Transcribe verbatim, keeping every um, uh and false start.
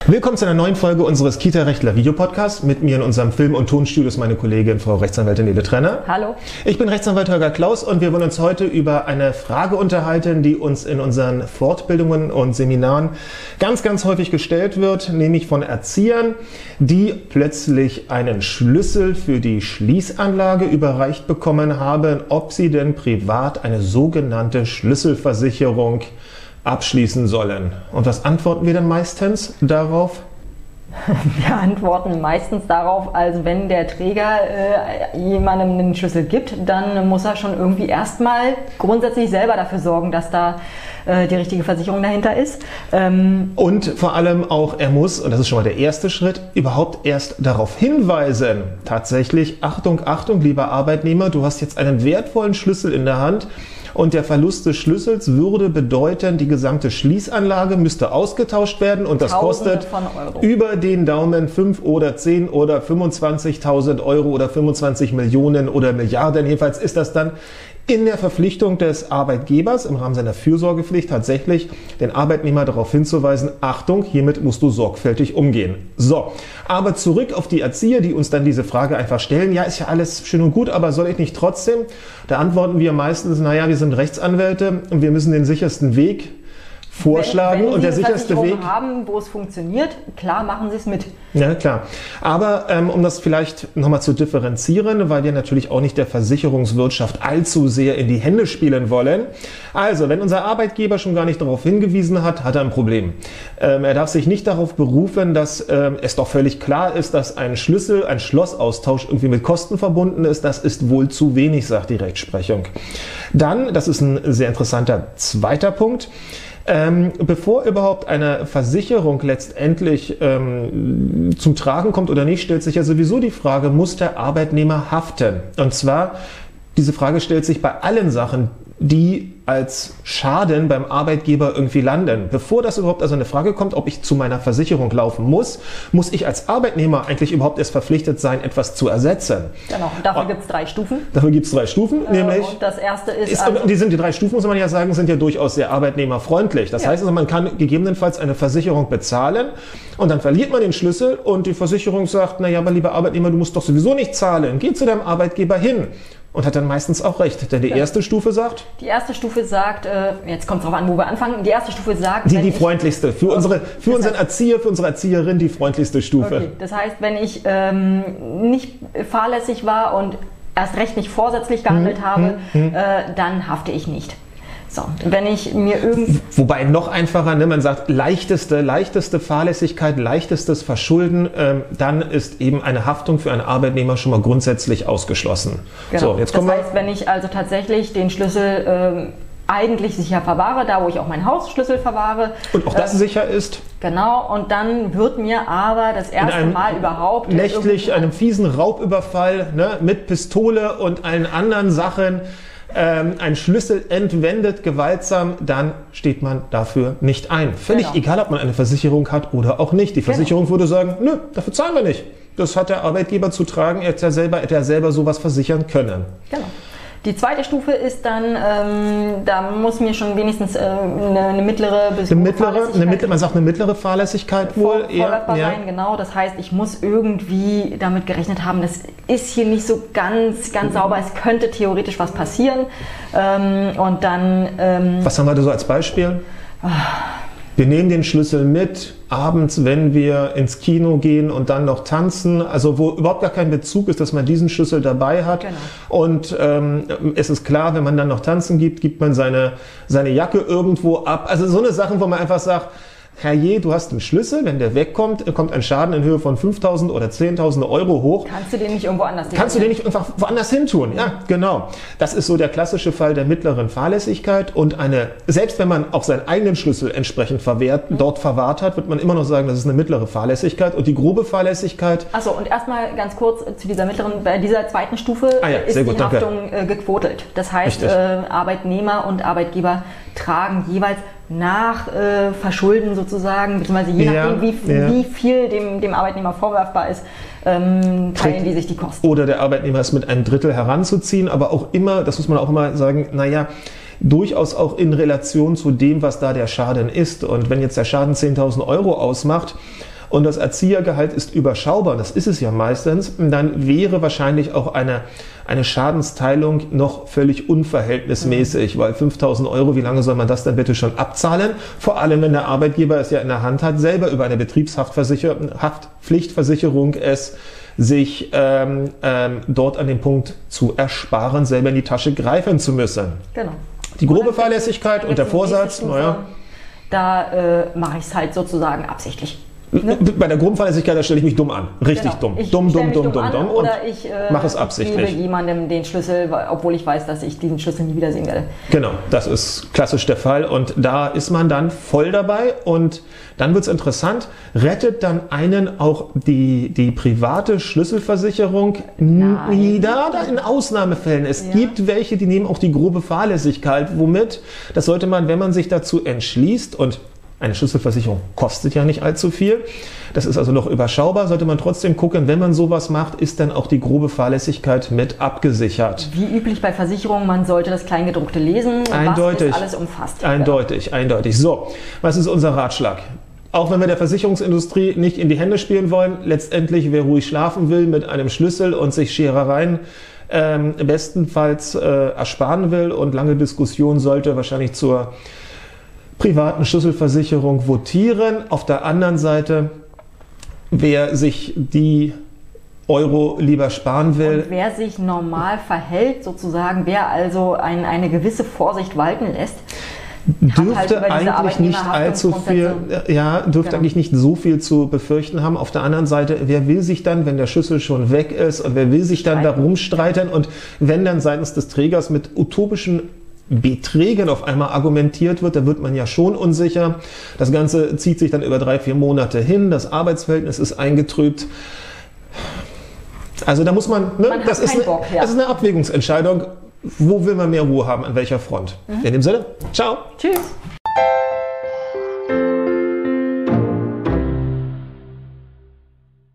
Willkommen zu einer neuen Folge unseres Kita-Rechtler Videopodcasts. Mit mir in unserem Film- und Tonstudio ist meine Kollegin Frau Rechtsanwältin Nele Trenner. Hallo. Ich bin Rechtsanwalt Holger Klaus und wir wollen uns heute über eine Frage unterhalten, die uns in unseren Fortbildungen und Seminaren ganz, ganz häufig gestellt wird, nämlich von Erziehern, die plötzlich einen Schlüssel für die Schließanlage überreicht bekommen haben, ob sie denn privat eine sogenannte Schlüsselversicherung abschließen sollen. Und was antworten wir dann meistens darauf? Wir antworten meistens darauf, also wenn der Träger äh, jemandem einen Schlüssel gibt, dann muss er schon irgendwie erstmal grundsätzlich selber dafür sorgen, dass da äh, die richtige Versicherung dahinter ist. Ähm und vor allem auch, er muss, und das ist schon mal der erste Schritt, überhaupt erst darauf hinweisen, tatsächlich, Achtung, Achtung, lieber Arbeitnehmer, du hast jetzt einen wertvollen Schlüssel in der Hand. Und der Verlust des Schlüssels würde bedeuten, die gesamte Schließanlage müsste ausgetauscht werden und das Tausende kostet von Euro. Über den Daumen fünf oder zehn oder fünfundzwanzigtausend Euro oder fünfundzwanzig Millionen oder Milliarden. Jedenfalls ist das dann in der Verpflichtung des Arbeitgebers im Rahmen seiner Fürsorgepflicht tatsächlich den Arbeitnehmer darauf hinzuweisen, Achtung, hiermit musst du sorgfältig umgehen. So, aber zurück auf die Erzieher, die uns dann diese Frage einfach stellen, ja, ist ja alles schön und gut, aber soll ich nicht trotzdem? Da antworten wir meistens, naja, wir sind Rechtsanwälte und wir müssen den sichersten Weg vorschlagen. Wenn, wenn und der Sie eine sicherste Weg haben, wo es funktioniert, klar, machen Sie es mit. Ja, klar. Aber ähm, um das vielleicht nochmal zu differenzieren, weil wir natürlich auch nicht der Versicherungswirtschaft allzu sehr in die Hände spielen wollen. Also, wenn unser Arbeitgeber schon gar nicht darauf hingewiesen hat, hat er ein Problem. Ähm, er darf sich nicht darauf berufen, dass ähm, es doch völlig klar ist, dass ein Schlüssel, ein Schlossaustausch irgendwie mit Kosten verbunden ist. Das ist wohl zu wenig, sagt die Rechtsprechung. Dann, das ist ein sehr interessanter zweiter Punkt, Ähm, bevor überhaupt eine Versicherung letztendlich ähm, zum Tragen kommt oder nicht, stellt sich ja sowieso die Frage, muss der Arbeitnehmer haften? Und zwar, diese Frage stellt sich bei allen Sachen, die als Schaden beim Arbeitgeber irgendwie landen. Bevor das überhaupt also eine Frage kommt, ob ich zu meiner Versicherung laufen muss, muss ich als Arbeitnehmer eigentlich überhaupt erst verpflichtet sein, etwas zu ersetzen. Genau, dafür gibt es drei Stufen. Dafür gibt es drei Stufen, äh, nämlich. Und das erste ist. ist also und die, sind, die drei Stufen, muss man ja sagen, sind ja durchaus sehr arbeitnehmerfreundlich. Das ja. heißt also, man kann gegebenenfalls eine Versicherung bezahlen und dann verliert man den Schlüssel und die Versicherung sagt, naja, aber lieber Arbeitnehmer, du musst doch sowieso nicht zahlen. Geh zu deinem Arbeitgeber hin. Und hat dann meistens auch recht, denn die ja. erste Stufe sagt? Die erste Stufe sagt, äh, jetzt kommt es darauf an, wo wir anfangen, die erste Stufe sagt... Die, die freundlichste, für, unsere, für unseren heißt, Erzieher, für unsere Erzieherin die freundlichste Stufe. Okay. Das heißt, wenn ich ähm, nicht fahrlässig war und erst recht nicht vorsätzlich gehandelt hm, habe, hm, äh, dann hafte ich nicht. So, wenn ich mir irgend Wobei noch einfacher, ne, man sagt leichteste, leichteste Fahrlässigkeit, leichtestes Verschulden, ähm, dann ist eben eine Haftung für einen Arbeitnehmer schon mal grundsätzlich ausgeschlossen. Genau. So, jetzt das kommen heißt, wenn ich also tatsächlich den Schlüssel ähm, eigentlich sicher verwahre, da wo ich auch meinen Hausschlüssel verwahre. Und auch das äh, sicher ist. Genau, und dann wird mir aber das erste Mal überhaupt... Nächtlich einem fiesen Raubüberfall, ne, mit Pistole und allen anderen Sachen, ähm, ein Schlüssel entwendet gewaltsam, dann steht man dafür nicht ein. Völlig genau. egal, ob man eine Versicherung hat oder auch nicht. Die Versicherung genau. würde sagen, nö, dafür zahlen wir nicht. Das hat der Arbeitgeber zu tragen, er hätte ja selber, hätte ja selber sowas versichern können. Genau. Die zweite Stufe ist dann, ähm, da muss mir schon wenigstens äh, eine, eine mittlere bis eine mittlere, eine mittlere, man sagt eine mittlere Fahrlässigkeit wohl vor, eher, ja. sein, genau. Das heißt, ich muss irgendwie damit gerechnet haben, das ist hier nicht so ganz, ganz mhm. sauber. Es könnte theoretisch was passieren. Ähm, und dann. Ähm, was haben wir da so als Beispiel? Wir nehmen den Schlüssel mit, abends, wenn wir ins Kino gehen und dann noch tanzen, also wo überhaupt gar kein Bezug ist, dass man diesen Schlüssel dabei hat. Genau. Und ähm, es ist klar, wenn man dann noch tanzen gibt, gibt man seine, seine Jacke irgendwo ab. Also so eine Sache, wo man einfach sagt, Herrje, du hast einen Schlüssel, wenn der wegkommt, kommt ein Schaden in Höhe von fünftausend oder zehntausend Euro hoch. Kannst du den nicht irgendwo anders hin? Kannst du den nicht einfach woanders hin tun? Ja, genau. Das ist so der klassische Fall der mittleren Fahrlässigkeit und eine, selbst wenn man auch seinen eigenen Schlüssel entsprechend verwehrt, mhm. dort verwahrt hat, wird man immer noch sagen, das ist eine mittlere Fahrlässigkeit und die grobe Fahrlässigkeit. Achso, und erstmal ganz kurz zu dieser mittleren, bei dieser zweiten Stufe ah ja, ist sehr die gut, Haftung äh, gequotelt. Das heißt, äh, Arbeitnehmer und Arbeitgeber tragen jeweils nach äh, Verschulden sozusagen, beziehungsweise je ja, nachdem, wie, ja. wie viel dem, dem Arbeitnehmer vorwerfbar ist, ähm, teilen die sich die Kosten. Oder der Arbeitnehmer ist mit einem Drittel heranzuziehen, aber auch immer, das muss man auch immer sagen, naja, durchaus auch in Relation zu dem, was da der Schaden ist. Und wenn jetzt der Schaden zehntausend Euro ausmacht und das Erziehergehalt ist überschaubar, das ist es ja meistens, dann wäre wahrscheinlich auch eine, eine Schadensteilung noch völlig unverhältnismäßig, mhm. weil fünftausend Euro, wie lange soll man das denn bitte schon abzahlen? Vor allem, wenn der Arbeitgeber es ja in der Hand hat, selber über eine Betriebshaftpflichtversicherung es sich ähm, ähm, dort an dem Punkt zu ersparen, selber in die Tasche greifen zu müssen. Genau. Die grobe Fahrlässigkeit und der Vorsatz, naja. Da äh, mache ich es halt sozusagen absichtlich. Ne? Bei der groben Fahrlässigkeit, da stelle ich mich dumm an. Richtig genau. dumm. Ich dumm, dumm, dumm, dumm, dumm, dumm. Oder ich äh, mache es absichtlich. gebe jemandem den Schlüssel, obwohl ich weiß, dass ich diesen Schlüssel nie wiedersehen werde. Genau, das ist klassisch der Fall. Und da ist man dann voll dabei. Und dann wird es interessant. Rettet dann einen auch die, die private Schlüsselversicherung nieder? In Ausnahmefällen. Es ja. gibt welche, die nehmen auch die grobe Fahrlässigkeit. Womit? Das sollte man, wenn man sich dazu entschließt und eine Schlüsselversicherung kostet ja nicht allzu viel. Das ist also noch überschaubar. Sollte man trotzdem gucken, wenn man sowas macht, ist dann auch die grobe Fahrlässigkeit mit abgesichert. Wie üblich bei Versicherungen, man sollte das Kleingedruckte lesen, eindeutig, was es alles umfasst. Eindeutig, genau. eindeutig. So, was ist unser Ratschlag? Auch wenn wir der Versicherungsindustrie nicht in die Hände spielen wollen, letztendlich, wer ruhig schlafen will mit einem Schlüssel und sich Scherereien ähm, bestenfalls äh, ersparen will und lange Diskussion sollte wahrscheinlich zur privaten Schlüsselversicherung votieren. Auf der anderen Seite, wer sich die Euro lieber sparen will. Und wer sich normal verhält, sozusagen, wer also ein, eine gewisse Vorsicht walten lässt, dürfte halt eigentlich nicht allzu viel, ja, dürfte genau. eigentlich nicht so viel zu befürchten haben. Auf der anderen Seite, wer will sich dann, wenn der Schlüssel schon weg ist und wer will sich dann darum streiten und wenn dann seitens des Trägers mit utopischen Beträgen auf einmal argumentiert wird, da wird man ja schon unsicher. Das Ganze zieht sich dann über drei, vier Monate hin. Das Arbeitsverhältnis ist eingetrübt. Also da muss man, ne, man das, ist eine, Bock, ja. das ist eine Abwägungsentscheidung. Wo will man mehr Ruhe haben, an welcher Front? Mhm. In dem Sinne, ciao. Tschüss.